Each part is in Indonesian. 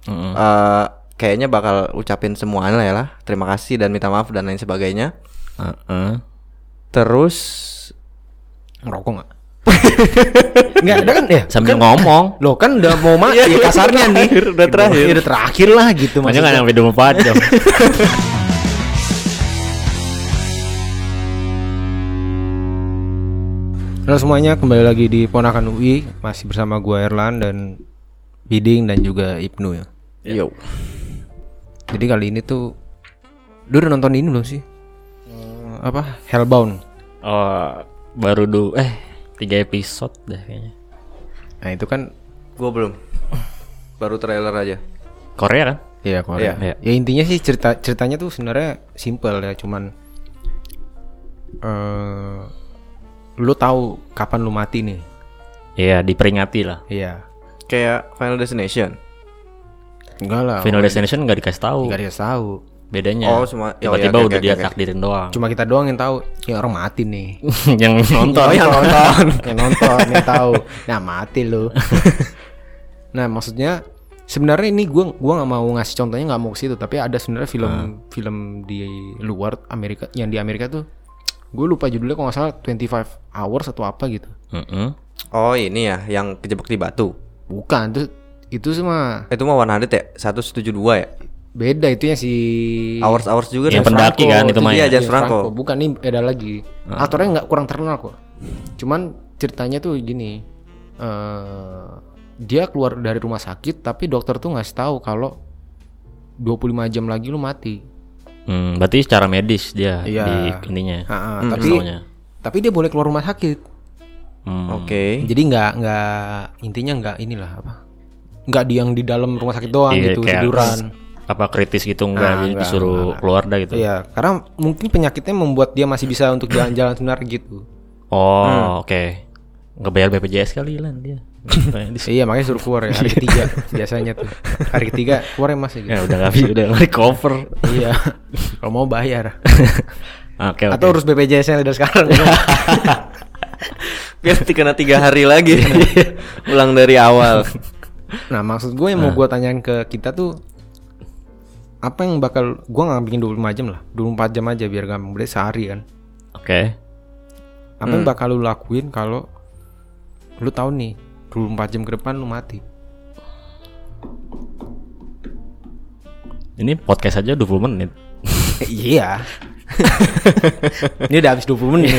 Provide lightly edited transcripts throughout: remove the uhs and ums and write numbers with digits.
Kayaknya bakal ucapin semuanya lah ya lah, terima kasih dan minta maaf dan lain sebagainya. Terus ngerokok nggak? Nggak ada kan ya? Sambil kan, ngomong. Loh kan udah mau mati ya kasarnya nih. Udah terakhir. Udah terakhir lah gitu. Makanya nggak sampai 24 jam. Halo semuanya, kembali lagi di Ponakan UI. Masih bersama gue Erlan dan Biding dan juga Ibnu ya. Yo. Jadi kali ini tuh lu udah nonton ini belum sih? Apa? Hellbound. Oh, baru 3 episode dah kayaknya. Nah itu kan Gue belum. Baru trailer aja. Korea kan? iya Korea. Iya. Ya intinya sih ceritanya tuh sebenarnya simple ya, cuman lu tahu kapan lu mati nih. Iya, diperingati lah. Iya. Kayak Final Destination. Enggak lah. Final Destination nggak dikasih tahu. Enggak dia tahu. Bedanya. Oh, semua tiba-tiba oke, udah dia oke. takdirin doang. Cuma kita doang yang tahu. Ya orang mati nih. Yang nonton. Oh, yang nonton. Yang nonton yang tahu. Nah mati lu. Nah maksudnya sebenarnya ini gua nggak mau ngasih contohnya, nggak mau ke situ, tapi ada sebenarnya film di luar Amerika, yang di Amerika tuh gue lupa judulnya, kalau nggak salah 25 hours atau apa gitu. Oh, ini ya yang kejebak di batu. Bukan, itu semua Itu mah 100 ya? 172 ya? beda, itunya si Hours juga Yang James pendaki Franco. kan itu mah dia ya? James Franco. Bukan, nih ada lagi. Aktornya nggak kurang terkenal kok. Cuman ceritanya tuh gini, dia keluar dari rumah sakit tapi dokter tuh ngasih tahu kalau 25 jam lagi lu mati. Berarti secara medis dia Iya. di ininya. Tapi dia boleh keluar rumah sakit. Oke. Jadi nggak intinya nggak inilah apa? Nggak yang di dalam rumah sakit doang Iya, gitu kayak tiduran. apa kritis gitu enggak, Enggak, disuruh keluar dah gitu. Iya, karena mungkin penyakitnya membuat dia masih bisa untuk jalan-jalan sebenarnya gitu. Oh, oke. Nggak bayar BPJS kali lah dia. Iya, makanya suruh keluar ya hari ketiga biasanya tuh. Hari ketiga keluar ya Mas gitu. Ya udah nggak bisa, udah recover. Iya. Kalau mau bayar. Oke. Atau urus BPJS-nya dari sekarang. Biar kena 3 hari lagi. Ulang dari awal. Nah, maksud gue yang mau gue tanyain ke kita tuh, apa yang bakal, gue nggak bikin 25 jam lah, 24 jam aja biar gampang, berarti sehari kan. Oke. Apa yang bakal lu lakuin kalau lu tahu nih 24 jam ke depan lu mati? Ini podcast aja 20 menit. Iya. Ini udah habis 20 menit.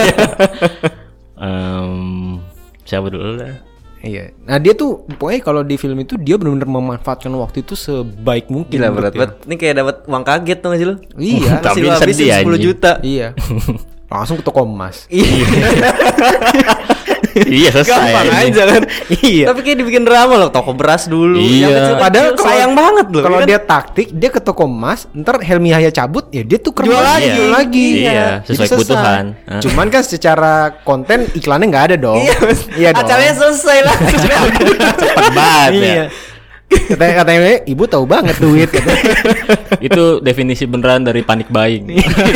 Siapa dulu lah? Iya. Nah dia tuh pokoknya kalau di film itu dia benar-benar memanfaatkan waktu itu sebaik mungkin. Gila menurut berat dia. banget. Ini kayak dapat uang kaget tuh gak sih lu? Iya. Tapi Tapi lu habisin sedih, 10 anjing. juta. Iya. Langsung ke toko emas. Iya, selesai. Gampang anjing. aja kan. Iya. Tapi kayak dibikin drama loh, toko beras dulu. Iya. Yang kecil, padahal sayang banget loh. Kalau kan? dia taktik, dia ke toko emas, ntar Helmi Yahya cabut, ya dia tuh Jual lagi. jual lagi. Iya, Jadi sesuai selesai. kebutuhan. Cuman kan secara konten iklannya nggak ada dong. Iya dong. Acaranya selesai lah. Cepet banget ya. Iya. Katanya ibu tahu banget duit. Katanya. Itu definisi beneran dari panic buying.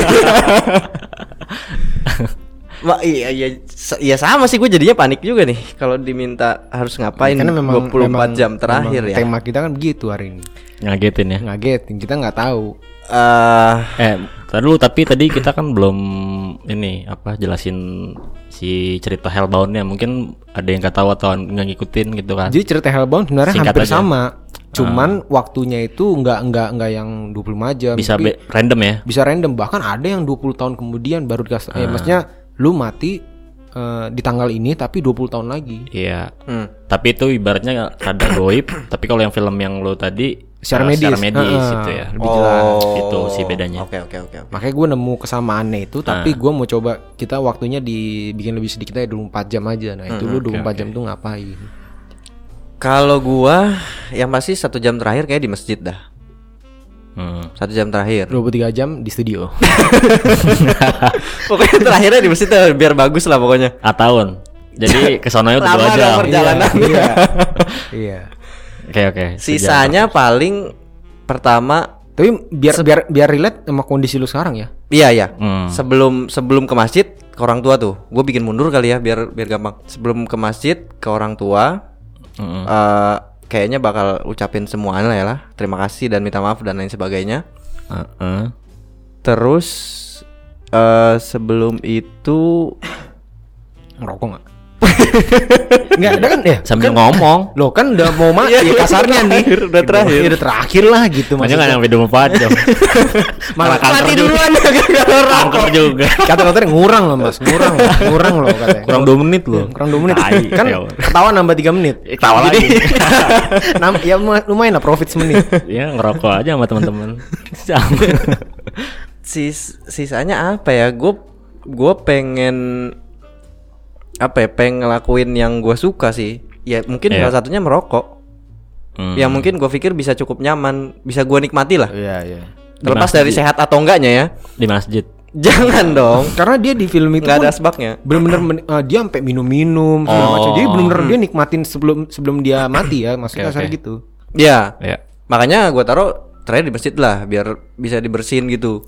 Iya sama sih, gue jadinya panik juga nih kalau diminta harus ngapain Karena memang 24 jam terakhir ya. Tema kita kan begitu hari ini. Ngagetin ya. Ngagetin, kita nggak tahu. Tadi dulu, tapi tadi kita kan belum ini apa jelasin si cerita Hellbound-nya. Mungkin ada yang nggak tahu atau nggak ngikutin gitu kan. Jadi cerita Hellbound sebenarnya Singkat hampir aja. sama. Cuman waktunya itu nggak yang 25 jam. Bisa tapi random ya. bisa random, bahkan ada yang 20 tahun kemudian baru dikasih. Maksudnya lu mati di tanggal ini tapi 20 tahun lagi. Iya. Tapi itu ibaratnya rada goib. Tapi kalau yang film yang lo tadi Secara medis. gitu ya. Lebih jelas. Itu sih bedanya. Oke. Makanya gue nemu kesamaannya itu, tapi gue mau coba kita waktunya dibikin lebih sedikit aja, 24 jam aja. Nah itu lu 24 jam tuh ngapain? Kalau gua yang pasti 1 jam terakhir kayak di masjid dah. 1 jam terakhir. 23 jam di studio. Pokoknya terakhirnya di masjid dah, biar bagus lah pokoknya. Tahun. Jadi kesonanya udah 2 Lama jam. dong perjalanan. Iya. Oke. Sisanya paling pertama. Tapi biar relate sama kondisi lu sekarang ya. Iya. Sebelum ke masjid ke orang tua tuh, gue bikin mundur kali ya biar gampang. Sebelum ke masjid ke orang tua, kayaknya bakal ucapin semuanya lah, terima kasih dan minta maaf dan lain sebagainya. Terus sebelum itu ngerokok nggak? Nggak ada kan ya? Sambil kan, ngomong. Loh kan udah mau mati kasarnya nih. Udah terakhir. Udah terakhir lah gitu Makanya nggak sampai 24 jam. Malah kanker mati juga. duluan. Kanker juga. Kata-katanya ngurang loh mas, ngurang loh katanya. Kurang 2 menit loh. Kurang 2 menit. Tai, Kan ya. ketawa nambah 3 menit. Ketawa lagi. Ya lumayan lah profit semenit. Ya ngerokok aja sama teman-teman. Sisanya apa ya? Gue pengen apa ya? Pengen ngelakuin yang gue suka sih. Ya mungkin salah satunya merokok. Yang mungkin gue pikir bisa cukup nyaman, bisa gue nikmati lah. Iya. Terlepas dari sehat atau enggaknya ya. Di masjid. Jangan dong. Karena dia di film itu Nggak ada asbaknya. bener-bener dia sampai minum segala macam. Jadi bener-bener dia nikmatin sebelum dia mati ya, maksudnya kasar gitu. Iya. Ya. Makanya gue taruh terakhir di masjid lah, biar bisa dibersihin gitu.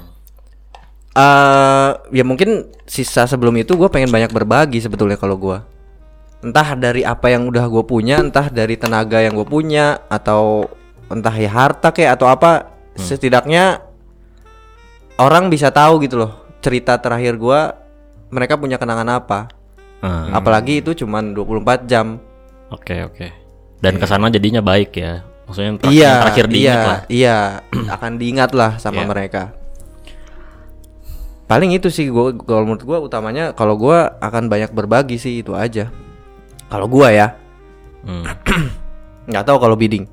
Ya mungkin sisa sebelum itu gue pengen banyak berbagi sebetulnya kalau gue. Entah dari apa yang udah gue punya, entah dari tenaga yang gue punya, atau entah ya harta kayak atau apa. Setidaknya orang bisa tahu gitu loh cerita terakhir gue, mereka punya kenangan apa. Apalagi itu cuman 24 jam. Oke. Dan kesana jadinya baik ya. Maksudnya Iya, terakhir diingat lah. Iya, akan diingat lah sama mereka. Paling itu sih gue, kalau menurut gue utamanya kalau gue akan banyak berbagi sih, itu aja. Kalau gue ya, nggak tahu kalau bidding.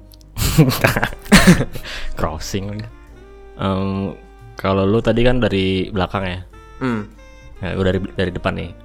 Crossing. Kalau lu tadi kan dari belakang ya. Ya, gue dari depan nih.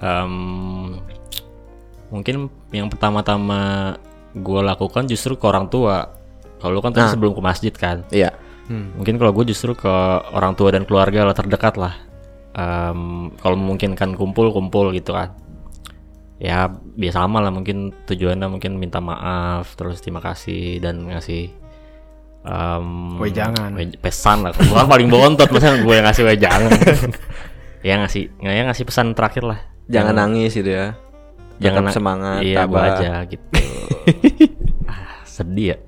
Mungkin yang pertama-tama gue lakukan justru ke orang tua. Kalau lu kan tadi sebelum ke masjid kan. Iya. Mungkin kalau gue justru ke orang tua dan keluarga lah terdekat lah. Kalau memungkinkan kumpul gitu kan. Ya biasa sama lah, mungkin tujuannya mungkin minta maaf, terus terima kasih dan ngasih Wejangan. pesan lah. Gue paling bontot masa gue yang ngasih wejangan. Ya ngasih pesan terakhir lah. Jangan nangis gitu ya. Jangan Tetap semangat. Iya, gue tabah. aja gitu. Sedih ya.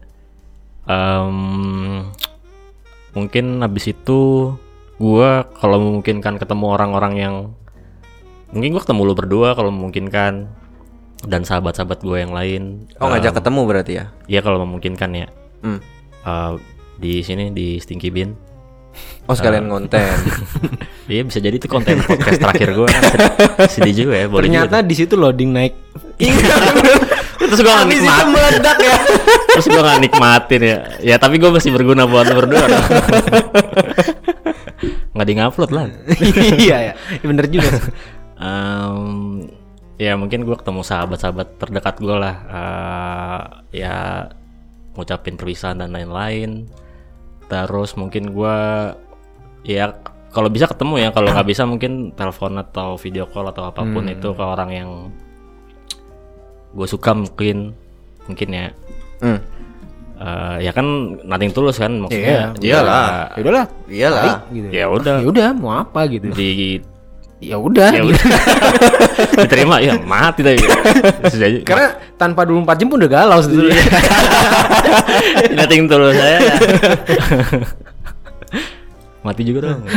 Mungkin habis itu gue kalau memungkinkan ketemu orang-orang yang mungkin gue ketemu lu berdua kalau memungkinkan, dan sahabat-sahabat gue yang lain. Ngajak ketemu berarti ya? Iya kalau memungkinkan ya. Di sini di Stinky Bean. Sekalian konten. Iya bisa jadi itu konten podcast terakhir gue. Sedih juga ya. Boleh Ternyata juga. di situ loading naik. Terus gue gak nikmatin. Meledak ya. Terus gue gak nikmatin ya. Ya tapi gue masih berguna buat lu berdua. Nggak di-upload lah. Iya ya, bener juga. Ya mungkin gue ketemu sahabat-sahabat terdekat gue lah. Ya ngucapin perpisahan dan lain-lain. Terus mungkin gue ya kalau bisa ketemu ya, kalau nggak bisa mungkin telepon atau video call atau apapun itu ke orang yang gue suka mungkin ya. Ya kan nothing tulus kan maksudnya. Iyalah. Ya udahlah. Iyalah. Gitu. Ya udah. Ya udah mau apa gitu. Ya udah. udah. Diterima ya mati tadi. Karena tanpa 24 jam pun udah galau sebetulnya. Nothing tulus saya. Mati juga dong.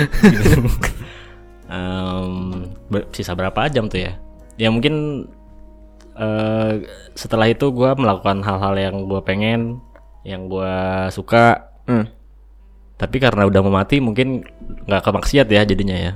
Sisa berapa jam tuh ya? Ya mungkin setelah itu gue melakukan hal-hal yang gue pengen, yang gue suka. Tapi karena udah mau mati mungkin nggak kemaksiat ya jadinya ya.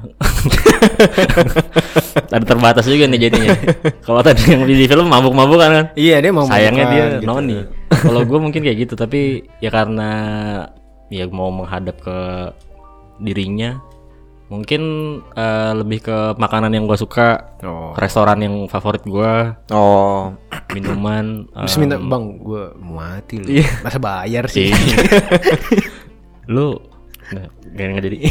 Ada terbatas juga nih jadinya. Kalau tadi yang di film mabuk-mabukan kan. Iya dia mau. Sayangnya dia gitu. noni. Kalau gue mungkin kayak gitu, tapi ya karena ya mau menghadap ke dirinya, mungkin lebih ke makanan yang gue suka, restoran yang favorit gue, minuman. Terus minta bang, gue mau mati loh. Masa bayar sih? Lu nggak jadi.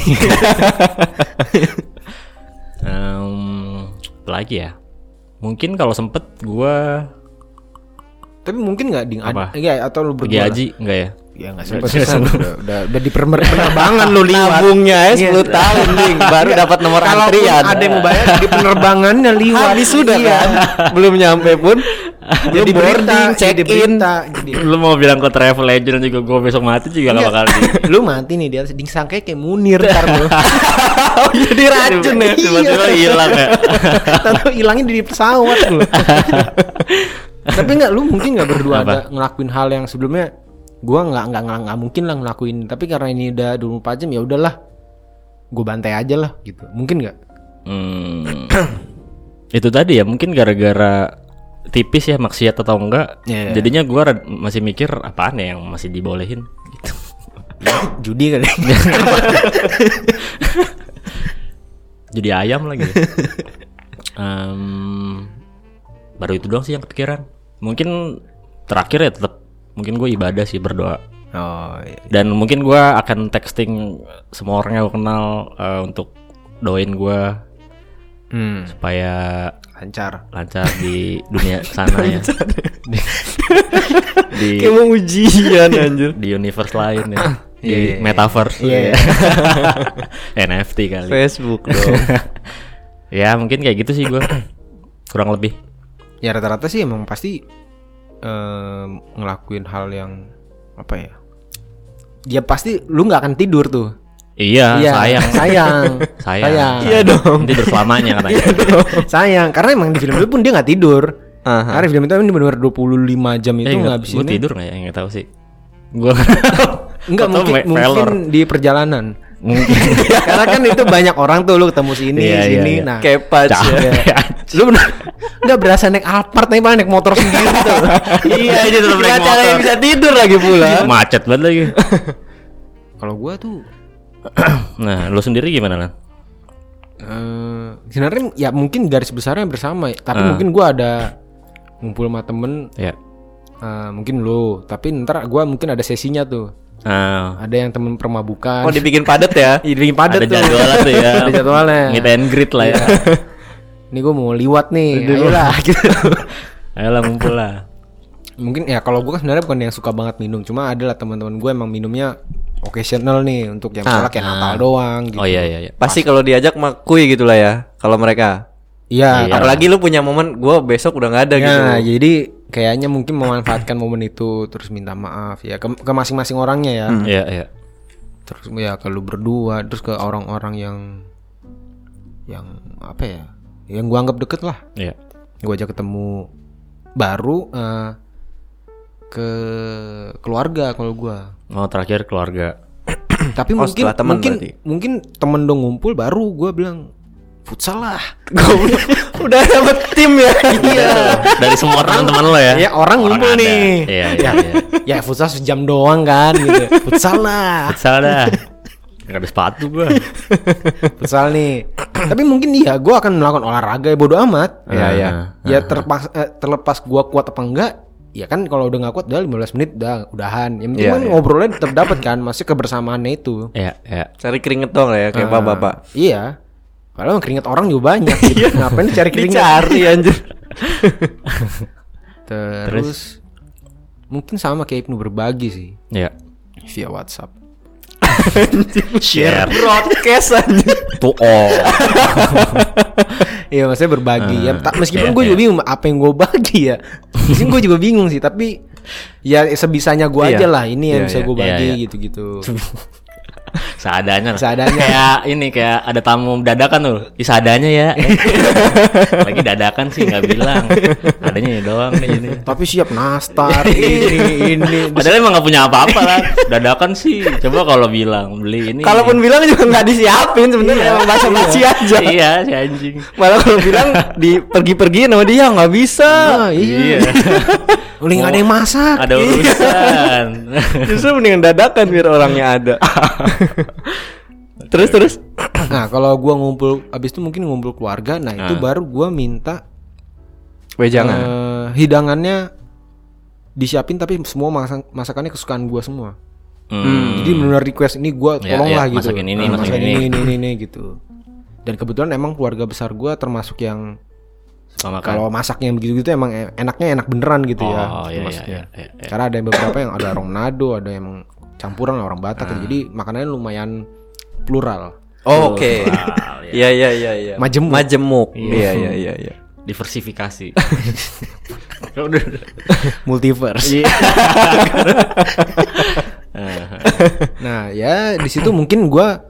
Lagi ya, mungkin kalau sempet gue. Tapi mungkin nggak di atau lu pergi berdua haji nggak ya? Ya nggak sempet. Udah di penerbangan lu liwat. Nabungnya 10 tahun Ding, baru dapat nomor antrian. Ada yang mau bayar di penerbangannya liwat. Habis sudah kan. Belum nyampe pun. Jadi boarding, berita, jadi check-in. berita, jadi Lu mau bilang ke travel agent juga gue besok mati juga gak bakal lu mati nih dia disangka kayak Munir ntar lu. Oh, jadi racun ya. tiba-tiba hilang ya. Tahu hilangnya di pesawat lu. Tapi enggak, lu mungkin nggak berdua Apa? ada ngelakuin hal yang sebelumnya gua nggak mungkin lah ngelakuin, tapi karena ini udah 24 jam ya udahlah, gua bantai aja lah gitu. Mungkin nggak? Itu tadi ya mungkin gara-gara tipis ya maksiat atau enggak. Iya. Jadinya gue masih mikir apaan ya yang masih dibolehin gitu. Judi kali. Jadi ayam lagi. Baru itu doang sih yang kepikiran. Mungkin terakhir ya tetap mungkin gue ibadah sih, berdoa. Oh iya. Dan mungkin gue akan texting semua orang yang gue kenal untuk doain gue supaya lancar di dunia sana ya. di Kayak mau ujian anjir. di universe lain ya. Di Iya. metaverse. Iya. NFT kali. Facebook dong. Ya mungkin kayak gitu sih gue. Kurang lebih. Ya rata-rata sih emang pasti ngelakuin hal yang apa ya? Dia pasti lu nggak akan tidur tuh. Iya, sayang. Sayang. Iya dong. Tidur selamanya katanya. Sayang, karena emang di film itu pun dia nggak tidur. Aha. Karena film itu ini benar-benar 25 jam itu ngabisin. Gue tidur nggak ya? Nggak tahu sih. Gue Enggak, mungkin di perjalanan. Karena kan itu banyak orang tuh, lu ketemu sini Iya, sini. iya. Nah, Kayak patch ya. lu bener nggak berasa naik Alphard, tapi malah naik motor sendiri tuh. Iya, ini tetap naik Gimana caranya motor. bisa tidur lagi pula. Macet banget lagi. Kalau gua tuh Nah, lu sendiri gimana Lan? sebenarnya ya mungkin garis besarnya bersama, tapi mungkin gua ada ngumpul sama temen, Ya. mungkin lu, tapi ntar gua mungkin ada sesinya tuh. Ada yang temen permabukan. Oh, dibikin padat ya. Iya, bikin padat Ada tuh. jadwalnya tuh ya. Ada jadwalnya. Meet and greet lah ya. Ini gue mau liwat nih, ayolah gitu. Ayolah ngumpul lah. Mungkin ya kalau gue sebenarnya bukan yang suka banget minum, cuma adalah teman-teman gue emang minumnya occasional nih, untuk yang misalnya kayak Natal doang gitu. Oh iya iya iya. Pasti kalau diajak mah kuy gitu lah ya. Kalau mereka. Iya. Iya. Apalagi lu punya momen gue besok udah nggak ada gitu. Nah, jadi kayaknya mungkin memanfaatkan momen itu, terus minta maaf ya ke masing-masing orangnya ya. Iya iya. Terus ya ke lu berdua, terus ke orang-orang yang apa ya? Yang gue anggap deket lah. Iya. Gue ajak ketemu, baru ke keluarga kalau gue. Oh terakhir keluarga. Tapi Oh, setelah teman berarti. mungkin temen dong ngumpul, baru gue bilang futsal lah. Udah dapet tim ya. Iya. Dari semua teman-teman lo ya. Ya orang ngumpul ada. nih. Iya iya iya. Ya futsal sejam doang kan gitu. Futsal lah. Futsal dah. Gak ada sepatu gua. Futsal nih. Tapi mungkin iya gue akan melakukan olahraga ya, bodo amat. Iya iya. Ya terlepas gue kuat apa enggak, ya kan kalau udah nggak kuat udah 15 menit udahan. Yang penting Iya, kan iya. ngobrolnya tetap dapat kan, masih kebersamaannya itu. Iya iya. Cari keringet dong lah ya kayak bapak-bapak. Iya. Padahal keringet orang juga banyak gitu. Ngapain cari keringet? Dicari anjir. Terus mungkin sama kayak Ibnu, berbagi sih Iya. via WhatsApp. Share Broadcast anjir. to all. Iya, maksudnya berbagi. Ya meskipun iya, gue juga iya. bingung apa yang gue bagi ya. Mungkin gue juga bingung sih, tapi ya sebisanya gue Iya. aja lah. Ini yang Iya, bisa iya. gue bagi Iya, iya. gitu-gitu. Seadanya. Seadanya. Kayak ini kayak ada tamu dadakan tuh. Seadanya ya. Lagi dadakan sih nggak bilang. Adanya ya doang nih ini. Tapi siap nastar ini. Padahal emang nggak punya apa-apa lah. Dadakan sih. Coba kalau bilang beli ini. Kalaupun bilang juga nggak disiapin sebenarnya, emang basa-basi aja. Iya si anjing. Malah kalau bilang di pergi-pergi sama dia nggak bisa. Ah, iya. Udah nggak ada yang masak. Ada urusan. Justru mendingan dadakan biar orangnya ada. Terus. Nah, kalau gua ngumpul abis itu mungkin ngumpul keluarga. Nah, itu baru gua minta Wejangan. hidangannya disiapin, tapi semua masakannya kesukaan gua semua. Jadi benar request ini gua Ya, tolonglah ya, gitu. masakin ini, Masakin masakin ini gitu. Dan kebetulan emang keluarga besar gua termasuk yang Sama kan. kalau masaknya begitu-gitu emang enaknya enak beneran gitu ya. Oh iya Maksudnya. iya. Karena ada yang beberapa yang ada orang Manado, ada yang campuran orang Batak gitu. Jadi makanannya lumayan plural. Oh, oke. Iya. Majemuk. Iya. diversifikasi. Multiverse. Iya. Nah, ya di situ mungkin gua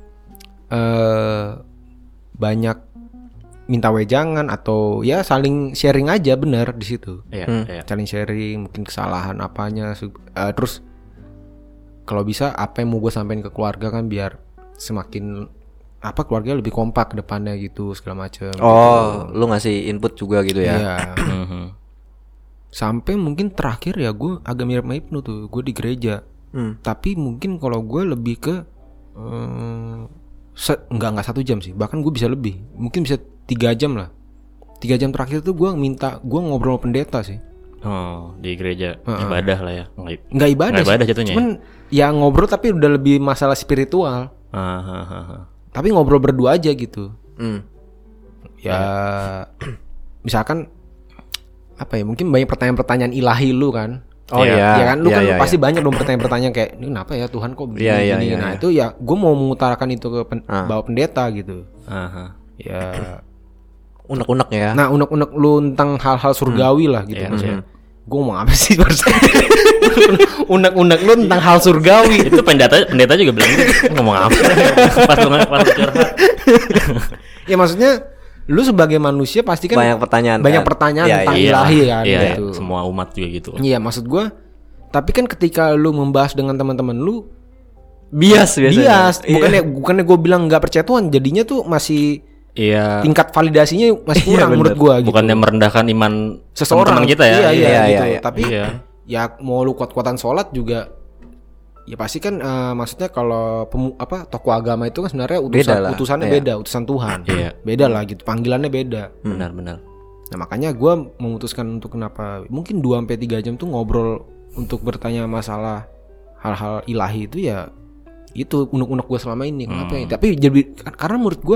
banyak minta wejangan atau ya saling sharing aja, bener di situ. Iya, iya. Saling sharing mungkin kesalahan apanya terus kalau bisa apa yang mau gue sampaikan ke keluarga kan biar semakin keluarga lebih kompak ke depannya gitu segala macem. Oh, lu ngasih input juga gitu ya? Iya. Sampai mungkin terakhir ya gue agak mirip sama Ibnu tuh, gue di gereja. Tapi mungkin kalau gue lebih ke nggak 1 jam sih, bahkan gue bisa lebih, mungkin bisa 3 jam lah. 3 jam terakhir tuh gue ngobrol sama pendeta sih. Oh, di gereja ibadah lah ya. Nggak ibadah Nggak ibadah sih. jatuhnya. Cuman ya ngobrol tapi udah lebih masalah spiritual. Tapi ngobrol berdua aja gitu. Ya misalkan apa ya, mungkin banyak pertanyaan-pertanyaan ilahi lu kan. Oh iya. Ya kan lu kan pasti banyak dong pertanyaan-pertanyaan kayak ini kenapa ya Tuhan kok begini. Nah, itu ya gue mau mengutarakan itu ke bawa pendeta gitu. Ya unek-unek ya. Nah, unek-unek lu tentang hal-hal surgawi lah gitu maksudnya. Gue ngomong apa sih barusan? Unek-unek lu tentang hal surgawi. Itu pendeta juga bilang ngomong apa? pas curhat. Ya maksudnya lu sebagai manusia pasti kan banyak pertanyaan tentang ilahi kan gitu. Semua umat juga gitu. Iya, maksud gue. Tapi kan ketika lu membahas dengan teman-teman lu bias biasanya. Bukannya gue bilang nggak percaya Tuhan, jadinya tuh masih tingkat validasinya masih kurang menurut gue gitu. Bukannya merendahkan iman seseorang teman kita ya. Iya, gitu. Iya. Tapi ya mau lu kuat-kuatan sholat juga ya pasti kan maksudnya kalau tokoh agama itu kan sebenarnya utusannya beda, utusan Tuhan. Beda lah gitu, panggilannya beda. Benar. Nah, makanya gue memutuskan untuk kenapa mungkin 2-3 jam tuh ngobrol untuk bertanya masalah hal-hal ilahi itu ya itu unek-unek gue selama ini. Kenapa ya? Tapi jadi karena menurut gue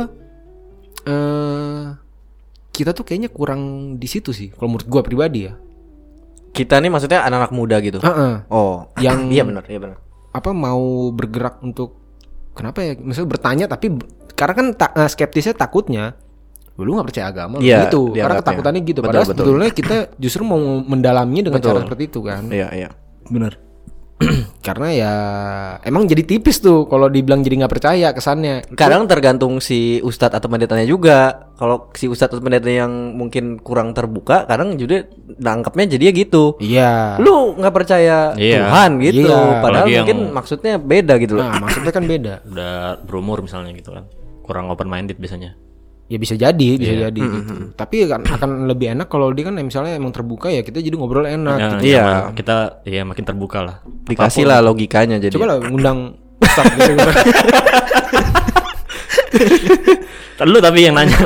kita tuh kayaknya kurang di situ sih kalau menurut gue pribadi ya. Kita nih maksudnya anak-anak muda gitu. Oh, yang iya benar. Mau bergerak untuk kenapa ya? Misalnya bertanya tapi karena kan skeptisnya takutnya lu nggak percaya agama gitu. Karena ketakutannya gitu. Padahal sebetulnya kita justru mau mendalaminya dengan cara seperti itu kan. Iya. Benar. Karena ya emang jadi tipis tuh kalau dibilang jadi nggak percaya kesannya. Kadang tergantung si ustadz atau pendetanya juga. Kalau si ustadz atau pendeta yang mungkin kurang terbuka, kadang juga nangkepnya jadinya gitu. Iya. Lu nggak percaya Tuhan gitu. Iya. Padahal mungkin maksudnya beda gitu loh. Nah, maksudnya kan beda. Udah berumur misalnya gitu kan, kurang open minded biasanya. Ya bisa jadi gitu. Tapi kan akan lebih enak kalau dia kan misalnya emang terbuka ya kita jadi ngobrol enak. Gitu. Iya. Kita makin terbuka lah. Dikasih lah logikanya jadi. Coba lah ngundang ustadz gitu. Lu tapi yang nanya.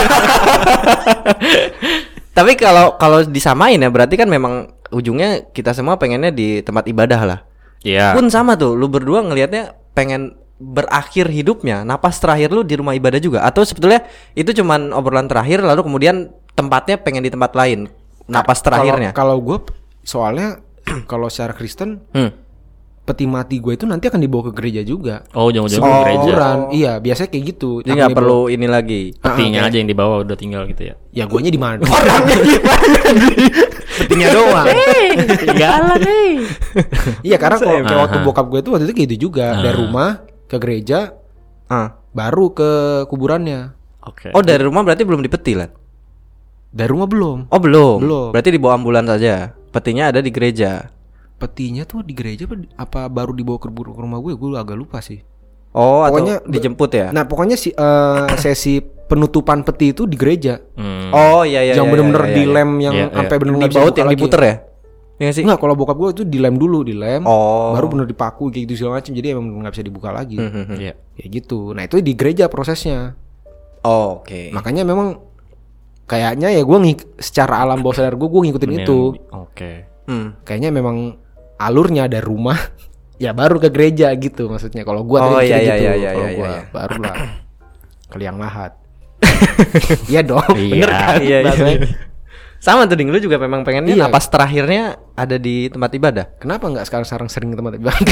Tapi kalau disamain ya berarti kan memang ujungnya kita semua pengennya di tempat ibadah lah. Iya. Pun sama tuh, lu berdua ngelihatnya pengen berakhir hidupnya, napas terakhir lu di rumah ibadah juga, atau sebetulnya itu cuman obrolan terakhir lalu kemudian tempatnya pengen di tempat lain, napas terakhirnya. Kalau gue soalnya kalau secara Kristen peti mati gue itu nanti akan dibawa ke gereja juga. Oh, ujung-ujung ke gereja. Iya, biasanya kayak gitu. Jadi nggak perlu ini lagi. Petinya aja yang dibawa udah tinggal gitu ya. Ya guanya di mana? Orangnya di mana? Petinya doang. Jalan Iya, karena kalau waktu bokap gue itu waktu itu kayak gitu juga, dari rumah ke gereja, baru ke kuburannya. Oke. Oh, dari rumah berarti belum dipeti lah. Dari rumah belum. Oh, belum. Berarti dibawa ambulan saja. Petinya ada di gereja. Petinya tuh di gereja apa baru dibawa ke rumah gue agak lupa sih. Oh, pokoknya atau dijemput ya? Nah, pokoknya sesi penutupan peti itu di gereja. Oh iya. Yang benar-benar dilem yang sampai benar-benar dibaut yang diputer ya? Iya sih. Enggak, kalau bokap gue itu dilem dulu, baru benar dipaku kayak gitu segala macam. Jadi emang nggak bisa dibuka lagi. Iya. Kayak gitu. Nah, itu di gereja prosesnya. Oh, oke. Makanya memang kayaknya ya gue secara alam bawah sadar gue ngikutin itu. Oke. Kayaknya memang alurnya dari rumah ya baru ke gereja gitu maksudnya. Kalau gue tadi iya, gitu. Iya, kalau gue baru lah ke liang lahat. Iya dong. Iya. Bener kan? Iya. Sama tuh Ding, lu juga memang pengennya Iya. napas terakhirnya ada di tempat ibadah. Kenapa nggak sekarang sering ke tempat ibadah?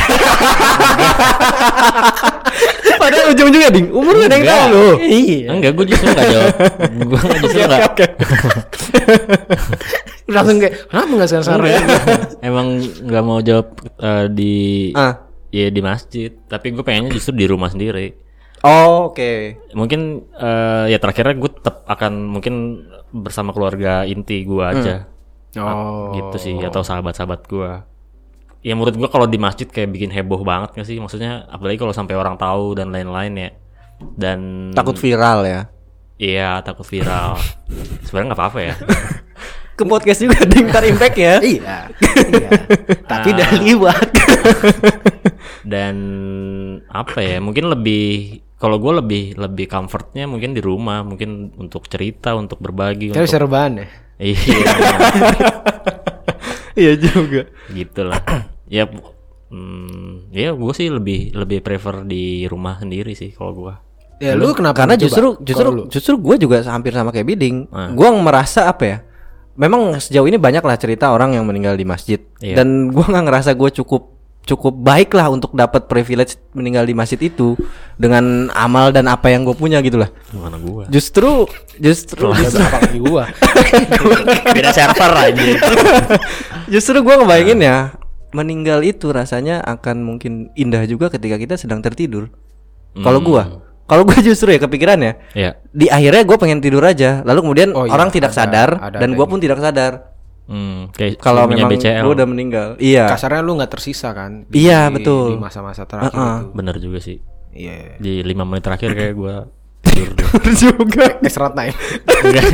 Padahal ujung-ujungnya Ding, umur gak ada yang tahu lu. Iya. Enggak, gue justru nggak jawab. Gue justru nggak. Langsung kayak kenapa nggak sekarang? Emang nggak mau jawab di Ah. ya di masjid. Tapi gue pengennya justru di rumah sendiri. Oh, oke. Mungkin ya terakhirnya gue tetap akan mungkin bersama keluarga inti gue aja. Oh. Gitu sih, atau sahabat-sahabat gue. Ya menurut gue kalau di masjid kayak bikin heboh banget gak sih? Maksudnya apalagi kalau sampai orang tahu dan lain-lain ya. Dan Takut viral ya. Iya, takut viral. Sebenarnya nggak apa-apa ya. Ke podcast juga Ding, ntar impact ya. Iya. Iya. Tapi udah liwat. Dan apa ya? Mungkin lebih kalau gue lebih comfortnya mungkin di rumah, mungkin untuk cerita, untuk berbagi, Tapi untuk serban ya. iya Iya juga. gitulah. Ya ya gue sih lebih prefer di rumah sendiri sih kalau gue. Ya lu kenapa? Karena coba? Kalau lu? justru gue juga hampir sama kayak Biding. Gue merasa apa ya? Memang sejauh ini banyak lah cerita orang yang meninggal di masjid. Iya. Dan gue nggak ngerasa gue cukup baik lah untuk dapat privilege meninggal di masjid itu dengan amal dan apa yang gue punya gitu lah. Gimana gue? Justru Apa lagi gua? Beda server aja. justru gue ngebayangin ya, meninggal itu rasanya akan mungkin indah juga ketika kita sedang tertidur. Kalau gue justru ya kepikiran ya, Iya. di akhirnya gue pengen tidur aja, lalu kemudian Oh iya, orang tidak sadar ada dan gue pun tidak sadar Kayak kalau filmnya memang BCL. gue udah meninggal. Iya. Kasarnya lu nggak tersisa kan? Iya, betul. Di masa-masa terakhir itu. Bener juga sih. Iya. Di 5 menit terakhir kayak gue tidur deh. juga. Extra time. Enggak.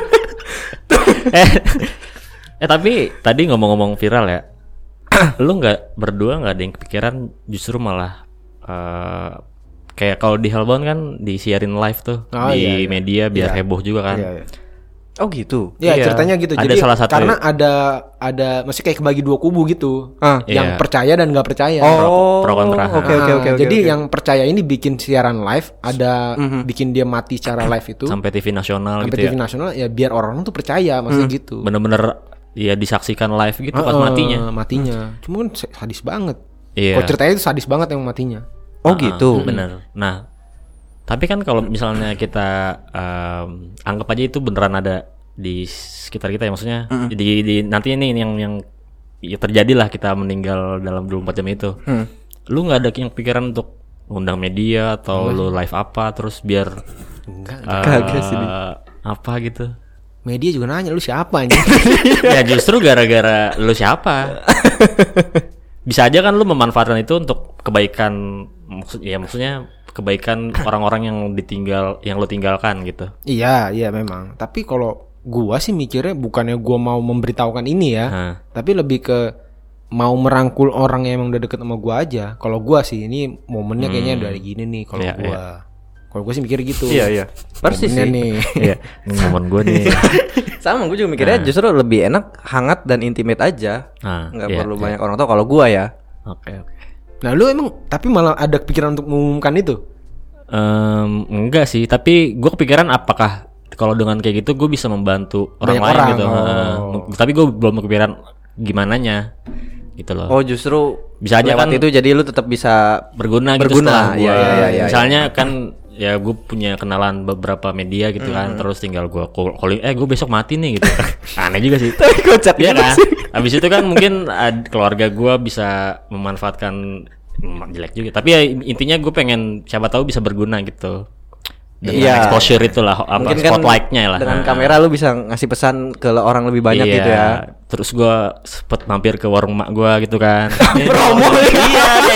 Tapi tadi ngomong-ngomong viral ya, lu berdua nggak ada yang kepikiran justru malah kayak kalau di Hellbound kan disiarin live tuh Oh, di iya. media biar Iya. heboh juga kan. Iya, iya. Oh gitu. Ya Iya. ceritanya gitu. Ada Jadi salah satu- karena ada masih kayak kebagi dua kubu gitu. Ah. Yang Iya. percaya dan nggak percaya. pro kontra. Oke oke oke. Jadi oke. yang percaya ini bikin siaran live, ada bikin dia mati secara live itu Sampai TV nasional sampai gitu TV ya. nasional ya biar orang tuh percaya maksudnya gitu. Bener-bener ya disaksikan live gitu pas matinya. Matinya. Cuma kan sadis banget. Iya. Kalau ceritanya itu sadis banget yang matinya. Oh gitu. Bener. Nah, tapi kan kalau misalnya kita anggap aja itu beneran ada di sekitar kita ya, maksudnya di nanti ini yang ya terjadilah kita meninggal dalam 24 jam itu. Lu nggak ada yang pikiran untuk undang media atau lu live apa terus biar Kagak sih, Di. apa gitu. Media juga nanya lu siapa anjing. Ya justru gara-gara lu siapa. Bisa aja kan lu memanfaatkan itu untuk kebaikan, maksudnya kebaikan orang-orang yang lu tinggalkan gitu. Iya, iya memang. Tapi kalau gua sih mikirnya bukannya gua mau memberitahukan ini ya, Hah. tapi lebih ke mau merangkul orang yang emang udah deket sama gua aja. Kalau gua sih ini momennya kayaknya udah gini nih kalau Iya, gua. Kalau gua sih mikir gitu. Iya iya. Persis Momennya sih. nih. Iya, ini momen gue nih. Sama gue juga mikirnya justru lebih enak, hangat dan intimate aja. Nah, Nggak iya, perlu iya. banyak orang tahu kalau gua ya. Oke. Nah, lu emang tapi malah ada pikiran untuk mengumumkan itu? Enggak sih, tapi gue kepikiran apakah kalau dengan kayak gitu gue bisa membantu orang Banyak lain orang, gitu. Tapi gue belum kepikiran gimananya gitu loh. Oh justru Bisa aja lewat kan itu jadi lu tetap bisa berguna gitu berguna. setelah Iya, gua. iya, iya, Misalnya kan ya gue punya kenalan beberapa media gitu kan, terus tinggal gue calling, gue besok mati nih gitu. Aneh juga sih. Tapi kocak Iya gitu kan. sih. Habis itu kan mungkin keluarga gue bisa memanfaatkan jelek juga. Tapi ya intinya gue pengen siapa tahu bisa berguna gitu. Dengan Iya. exposure itulah apa Mungkin kan spotlightnya lah. dengan Nah. kamera lu bisa ngasih pesan ke orang lebih banyak Iya. gitu ya. Terus gue sempet mampir ke warung mak gue gitu kan. Promo. Iya kayak